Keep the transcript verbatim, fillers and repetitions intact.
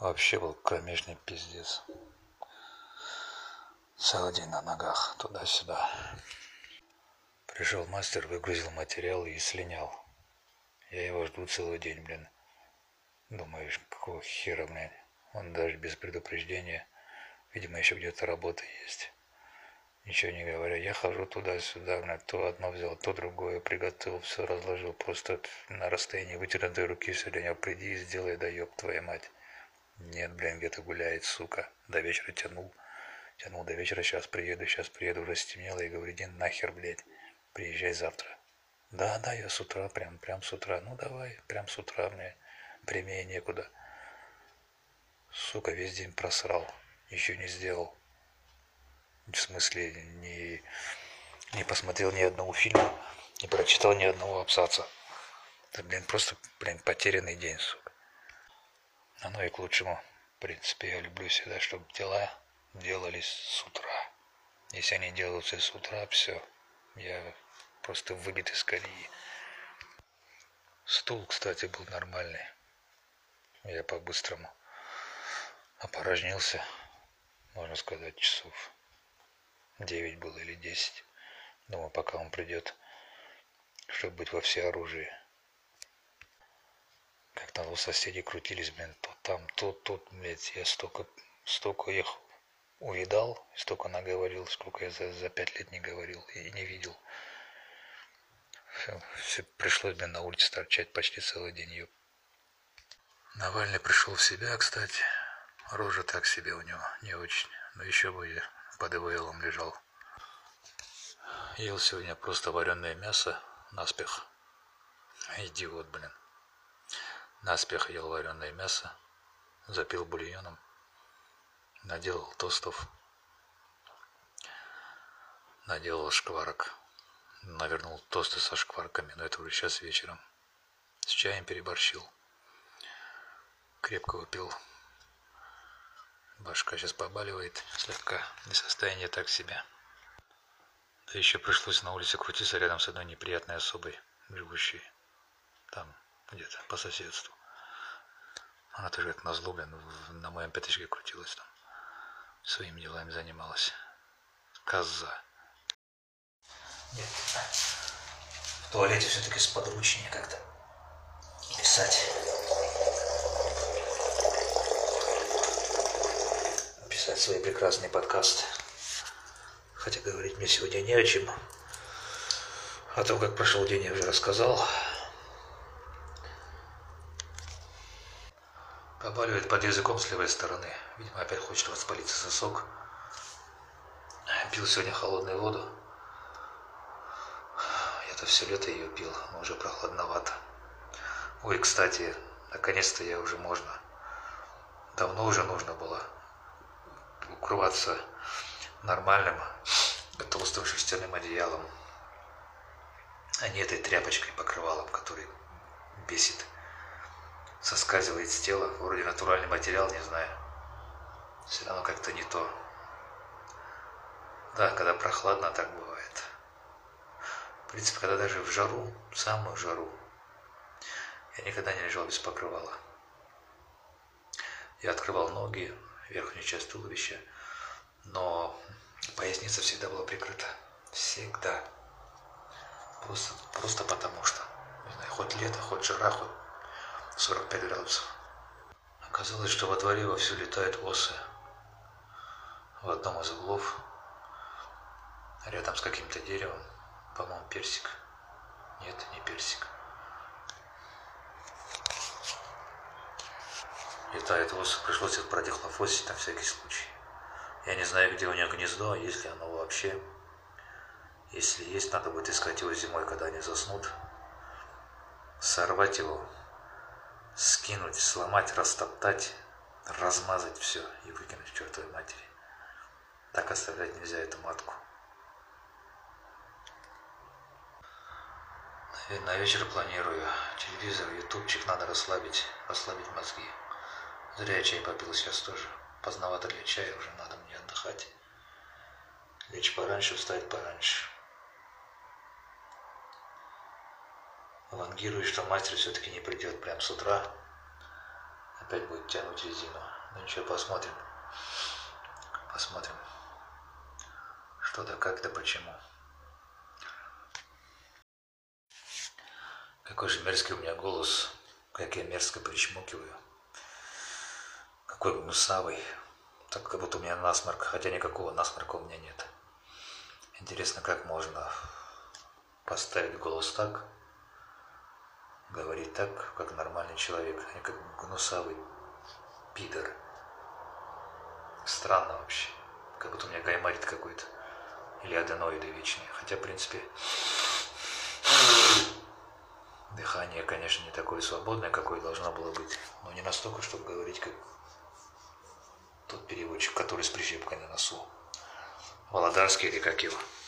вообще был кромешный пиздец. Целый день на ногах, туда-сюда. Пришел мастер, выгрузил материал и слинял. Я его жду целый день, блин. Думаешь, какого хера, блин? Он даже без предупреждения. Видимо, еще где-то работа есть. Ничего не говоря. Я хожу туда-сюда, блин, то одно взял, то другое, приготовил, все разложил. Просто на расстоянии вытянутой руки все время приди и сделай, да ёб твою мать. Нет, блин, где-то гуляет, сука. До вечера тянул. Тянул до вечера, сейчас приеду, сейчас приеду, уже стемнело, и говорю, иди нахер, блядь, приезжай завтра. Да, да, я с утра, прям, прям с утра. Ну давай, прям с утра, мне прямее некуда. Сука, весь день просрал, еще не сделал. В смысле, не, не посмотрел ни одного фильма, не прочитал ни одного абзаца. Это, блин, просто, блин, потерянный день, сука. Оно и к лучшему. В принципе, я люблю всегда, чтобы дела делались с утра. Если они делаются с утра, все, я просто выбит из колеи. Стул, кстати, был нормальный. Я по-быстрому опорожнился, можно сказать, часов девять было или десять. Думаю, пока он придет, чтобы быть во всеоружии. Как назло, соседи крутились, блин, то там, то тут, блядь, я столько, столько их увидал, столько наговорил, сколько я за, за пять лет не говорил и не видел. Все, все пришлось, блин, на улице торчать почти целый день. Ёп. Навальный пришел в себя, кстати. Рожа так себе у него, не очень. Но еще бы я под ИВЛом лежал. Ел сегодня просто вареное мясо наспех. Идиот, блин. Наспех ел вареное мясо, запил бульоном, наделал тостов, наделал шкварок, навернул тосты со шкварками, но это уже сейчас вечером. С чаем переборщил, крепко выпил. Башка сейчас побаливает слегка, и состояние так себе. Да еще пришлось на улице крутиться рядом с одной неприятной особой, живущей там где-то по соседству. Она тоже как назло, блин, на моем пятачке крутилась там. Своими делами занималась. Коза. Нет. В туалете все-таки сподручнее как-то писать. Писать свои прекрасные подкасты. Хотя говорить мне сегодня не о чем. О том, как прошел день, я уже рассказал. Побаливает под языком с левой стороны. Видимо, опять хочет воспалиться сосок. Пил сегодня холодную воду. Я-то все лето ее пил, но уже прохладновато. Ой, кстати, наконец-то я уже можно. Давно уже нужно было укрываться нормальным толстым шерстяным одеялом, а не этой тряпочкой, покрывалом, который бесит. Соскальзывает с тела, вроде натуральный материал, не знаю. Все равно как-то не то. Да, когда прохладно, так бывает. В принципе, когда даже в жару, в самую жару, я никогда не лежал без покрывала. Я открывал ноги, верхнюю часть туловища, но поясница всегда была прикрыта. Всегда. Просто, просто потому что. Не знаю, хоть лето, хоть жара, хоть сорок пять градусов. Оказалось, что во дворе вовсю летают осы. В одном из углов, рядом с каким-то деревом, по-моему, персик. Нет, не персик. Летает ос, пришлось их продихлофосить на всякий случай. Я не знаю, где у нее гнездо, есть ли оно вообще. Если есть, надо будет искать его зимой, когда они заснут. Сорвать его, скинуть, сломать, растоптать, размазать все и выкинуть к чертовой матери. Так оставлять нельзя эту матку. На вечер планирую. Телевизор, ютубчик надо расслабить, расслабить мозги. Зря я чай попил сейчас тоже. Поздновато для чая, уже надо мне отдыхать. Лечь пораньше, встать пораньше. Лонгирую, что мастер все-таки не придет прямо с утра. Опять будет тянуть резину. Ну ничего, посмотрим. Посмотрим. Что да как да почему. Какой же мерзкий у меня голос. Как я мерзко причмокиваю. Какой гнусавый. Так как будто у меня насморк. Хотя никакого насморка у меня нет. Интересно, как можно поставить голос так, говорить так, как нормальный человек, а не как гнусавый пидор. Странно вообще. Как будто у меня гайморит какой-то. Или аденоиды вечные. Хотя, в принципе, дыхание, конечно, не такое свободное, какое должно было быть. Но не настолько, чтобы говорить, как тот переводчик, который с прищепкой на носу. Володарский или как его.